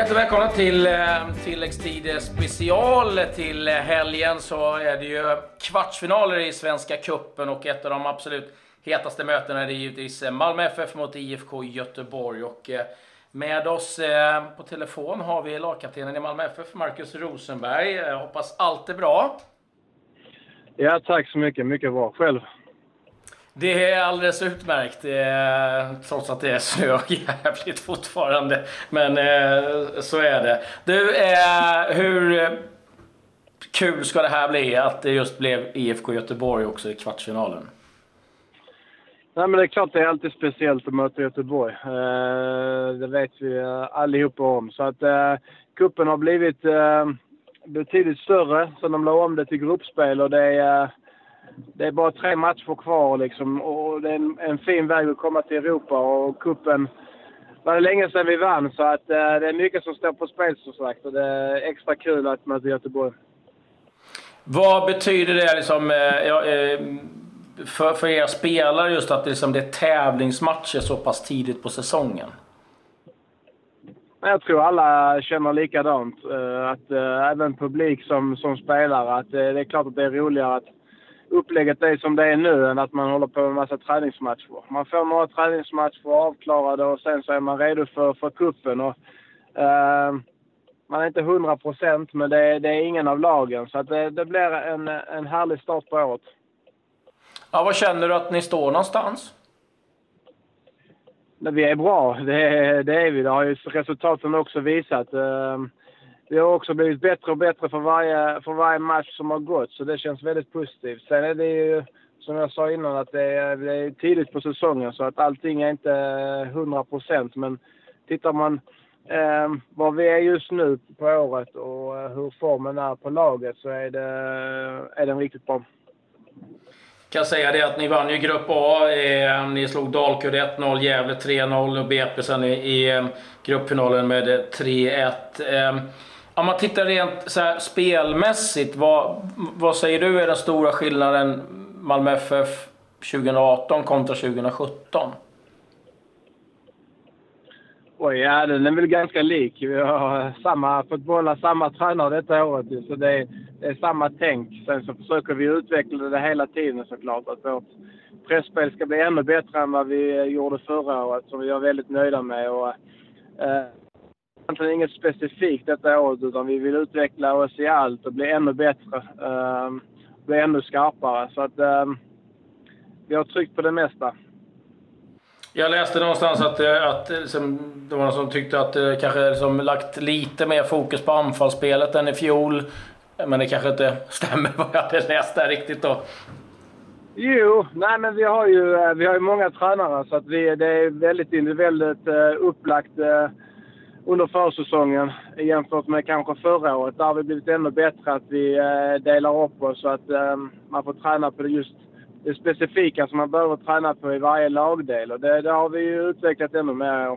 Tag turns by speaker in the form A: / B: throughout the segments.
A: Hjärtligt välkomna till tilläggstid special. Till helgen så är det ju kvartsfinaler i Svenska Cupen och ett av de absolut hetaste mötena är det givetvis Malmö FF mot IFK Göteborg. Och med oss på telefon har vi lagkaptenen i Malmö FF, Marcus Rosenberg. Jag hoppas allt är bra.
B: Ja, tack så mycket. Mycket bra. Själv?
A: Det är alldeles utmärkt, trots att det är snö jävligt fortfarande. Men så är det. Du, hur kul ska det här bli att det just blev IFK Göteborg också i kvartsfinalen?
B: Nej, men det är klart det är alltid speciellt att möta Göteborg. Det vet vi allihopa om. Så att kuppen har blivit betydligt större sen de la om det till gruppspel. Och det är bara 3 matcher kvar liksom. Och det är en fin väg att komma till Europa. Och kuppen var det länge sedan vi vann. Så att det är mycket som står på spel som sagt. Och det är extra kul att möta Göteborg.
A: Vad betyder det liksom, för er spelare just att liksom det är tävlingsmatcher så pass tidigt på säsongen?
B: Jag tror alla känner likadant. Att även publik som spelare, att det är klart att det är roligare att upplägget är som det är nu än att man håller på med en massa träningsmatcher. Man får några träningsmatcher avklarade och sen så är man redo för kuppen. Och man är inte 100%, men det är ingen av lagen. Så att det blir en härlig start på året.
A: Ja, vad känner du att ni står någonstans?
B: Vi är bra, det är vi. Det har ju resultaten också visat. Vi har också blivit bättre och bättre för varje match som har gått. Så det känns väldigt positivt. Sen är det ju, som jag sa innan, att det är tidigt på säsongen. Så att allting är inte 100%. Men tittar man var vi är just nu på året och hur formen är på laget så är den riktigt bra.
A: Jag kan säga det att ni vann ju grupp A, ni slog Dalkurd 1-0, Gävle 3-0 och BP sen i gruppfinalen med 3-1. Om man tittar rent så här spelmässigt, vad säger du är den stora skillnaden Malmö FF 2018 kontra 2017?
B: Oj, ja, den är väl ganska lik. Vi har fått behålla samma tränare detta året. Så det är samma tänk. Sen så försöker vi utveckla det hela tiden såklart. Att vårt pressspel ska bli ännu bättre än vad vi gjorde förra året. Som vi är väldigt nöjda med. Och, egentligen inget specifikt detta året. Utan vi vill utveckla oss i allt och bli ännu bättre. Bli ännu skarpare. Så att vi har tryckt på det mesta.
A: Jag läste någonstans att det var någon som tyckte att det kanske liksom lagt lite mer fokus på anfallsspelet än i fjol. Men det kanske inte stämmer vad jag hade läst där riktigt då.
B: Jo, nej men vi har ju många tränare så att det är väldigt individuellt upplagt under försäsongen jämfört med kanske förra året. Där har vi blivit ännu bättre att vi delar upp oss så att man får träna på det specifika som man behöver träna på i varje lagdel. Och det har vi ju utvecklat ännu mer.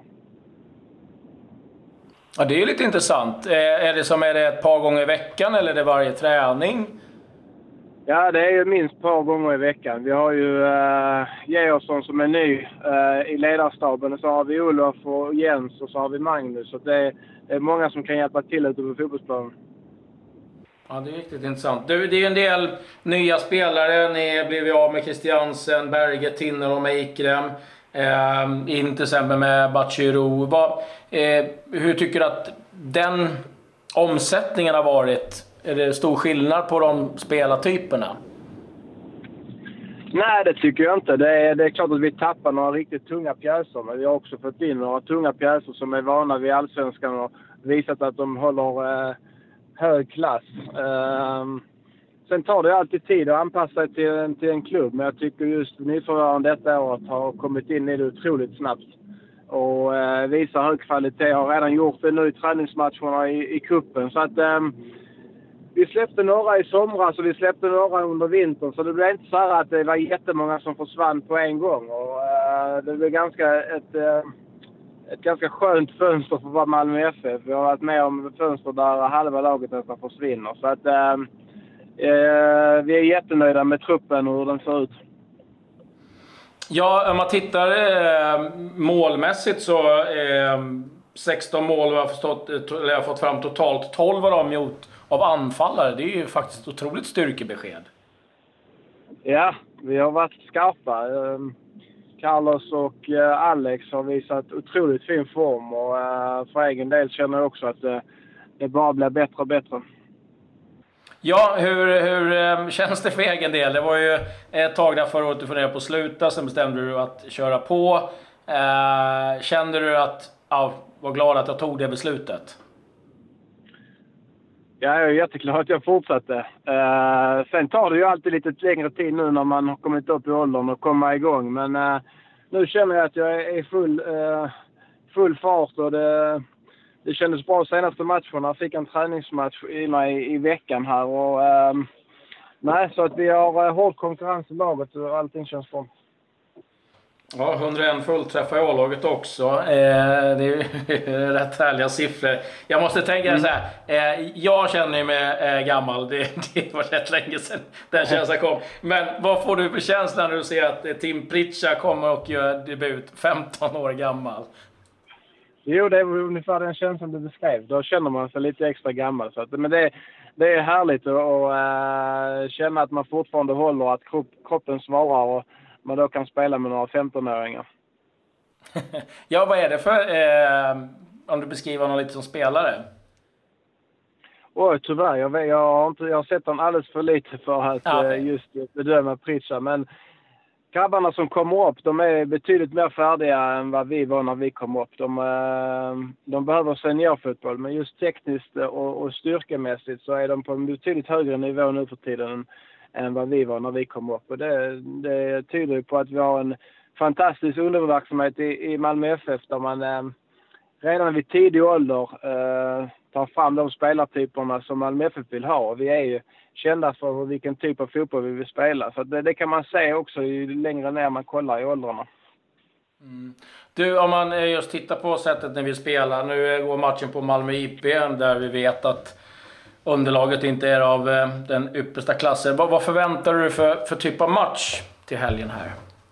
A: Ja, det är ju lite intressant. Är det ett par gånger i veckan eller är det varje träning?
B: Ja, det är ju minst ett par gånger i veckan. Vi har ju Georgsson som är ny i ledarstaben. Och så har vi Olof och Jens och så har vi Magnus. Så det är många som kan hjälpa till ute på fotbollsplanen. Ja,
A: det är riktigt intressant. Det är en del nya spelare. Ni blev ju av med Christiansen, Berge, Tinner och Meikrem. In till exempel med Bachirou. Hur tycker du att den omsättningen har varit? Är det stor skillnad på de spelartyperna?
B: Nej, det tycker jag inte. Det är klart att vi tappar några riktigt tunga pjäser. Men vi har också fått in några tunga pjäser som är vana vid allsvenskan och visat att de håller hög klass. Sen tar det alltid tid att anpassa sig till en klubb. Men jag tycker just nyförvärven detta året har kommit in i det otroligt snabbt. Och visar hög kvalitet. Har redan gjort det nu i träningsmatcherna i kuppen. Så att vi släppte några i somras och vi släppte några under vintern. Så det blev inte så här att det var jättemånga som försvann på en gång. Och det blev ett ganska skönt fönster för vad Malmö FF. Vi har varit med om fönster där halva laget nästan försvinner. Så att vi är jättenöjda med truppen och hur den ser ut.
A: Ja, om man tittar målmässigt så 16 mål och jag har fått fram totalt 12 av dem gjort av anfallare. Det är ju faktiskt ett otroligt styrkebesked.
B: Ja, vi har varit skarpa. Carlos och Alex har visat otroligt fin form och för egen del känner jag också att det bara blir bättre och bättre.
A: Ja, hur känns det för egen del? Det var ju ett tag där förra året du funderade på att sluta, sen bestämde du att köra på. Kände du att, var glad att jag tog det beslutet?
B: Ja, jag är jätteglad att jag fortsatte. Sen tar det ju alltid lite längre tid nu när man har kommit upp i åldern och komma igång. Men nu känner jag att jag är full fart och det kändes bra senaste matchen. Jag fick en träningsmatch i mig i veckan här. Och, så att vi har hård konkurrens i laget och allting känns bra.
A: Ja, 101 fullträffar i A-laget också. Det är ju rätt härliga siffror. Jag måste tänka så här. Jag känner mig gammal. Det var rätt länge sedan den känslan kom. Men vad får du för känsla när du ser att Tim Pritchard kommer och gör debut 15 år gammal?
B: Jo, det är ungefär den känslan du beskrev. Då känner man sig lite extra gammal. Så att, men det är härligt att känna att man fortfarande håller, att kroppen svarar och man då kan spela med några 15-åringar.
A: Ja, vad är det för, om du beskriver någon lite som spelare?
B: Tyvärr. Jag har sett dem alldeles för lite för att just bedöma Pritchard. Men grabbarna som kommer upp, de är betydligt mer färdiga än vad vi var när vi kom upp. De behöver seniorfotboll, men just tekniskt och styrkemässigt så är de på en betydligt högre nivå nu för tiden än vad vi var när vi kom upp. Och det tyder på att vi har en fantastisk underverksamhet i Malmö FF där man redan vid tidig ålder tar fram de spelartyperna som Malmö FF vill ha. Och vi är ju kända för vilken typ av fotboll vi vill spela. Så det kan man se också ju längre ner man kollar i åldrarna.
A: Mm. Du, om man just tittar på sättet när vi spelar. Nu går matchen på Malmö IP där vi vet att underlaget inte är av den yppersta klassen. Vad förväntar du för typ av match till helgen här?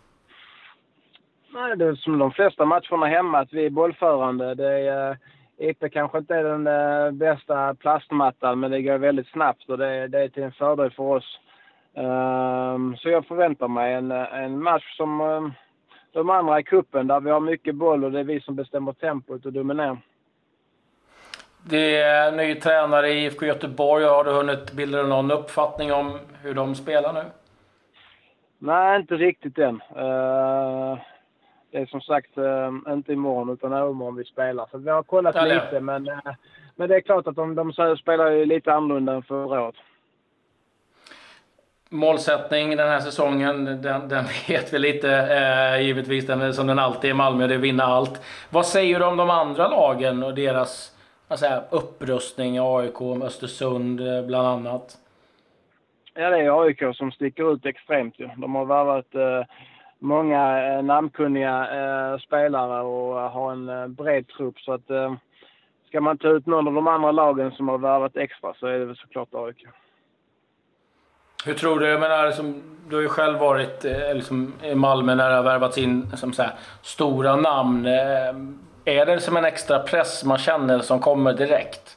B: Nej, det är som de flesta matcherna hemma att vi är bollförande. IP kanske inte är den bästa plastmattan, men det går väldigt snabbt och det är till en fördel för oss. Så jag förväntar mig en match som de andra i kuppen där vi har mycket boll och det är vi som bestämmer tempot och dominerar.
A: Det är ny tränare i IFK Göteborg. Har du hunnit bilda någon uppfattning om hur de spelar nu? Nej,
B: inte riktigt än. Det är som sagt inte imorgon utan övermorgon vi spelar. Så vi har kollat lite, men det är klart att de spelar ju lite annorlunda än förra året.
A: Målsättning den här säsongen, den vet vi lite, givetvis den, som den alltid är i Malmö, det är vinna allt. Vad säger du om de andra lagen och deras upprustning i AIK, Östersund bland annat?
B: Ja, det är AIK som sticker ut extremt. De har varit många namnkunniga spelare och har en bred trupp. Så att ska man ta ut någon av de andra lagen som har varit extra så är det väl såklart AIK.
A: Hur tror du, du har ju själv varit i Malmö när det har värvats in som stora namn. Är det som en extra press man känner som kommer direkt?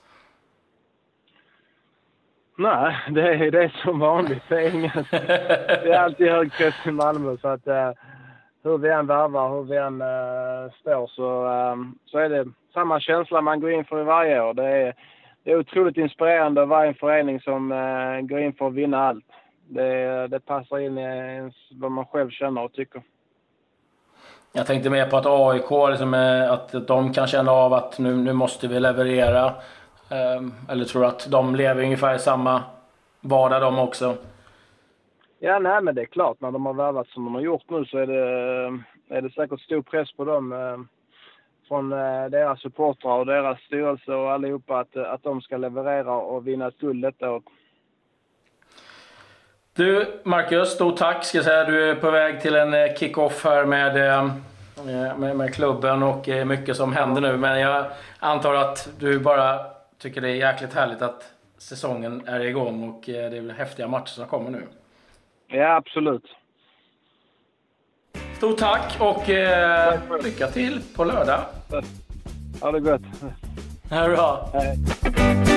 A: Nej, det är som vanligt. Det är alltid hög press i Malmö. Så att hur vi än värvar, hur vi än står så är det samma känsla man går in för i varje år. Det är otroligt inspirerande att vara en förening som går in för att vinna allt. Det passar in i vad man själv känner och tycker. Jag tänkte mer på att AIK, att de kan känna av att nu måste vi leverera. Eller tror du att de lever ungefär i samma vardag de också? Ja, nej, men det är klart. När de har värvat som de har gjort nu så är det säkert stor press på dem från deras supportrar och deras styrelse och allihopa att de ska leverera och vinna ett guld detta år. Du, Marcus, stort tack ska jag säga. Du är på väg till en kick-off här med klubben och mycket som händer nu. Men jag antar att du bara tycker det är jäkligt härligt att säsongen är igång och det är väl häftiga matcher som kommer nu. Ja, absolut. Stort tack och lycka till på lördag.
B: Ha det gott.
A: Ha det bra.
B: Hej.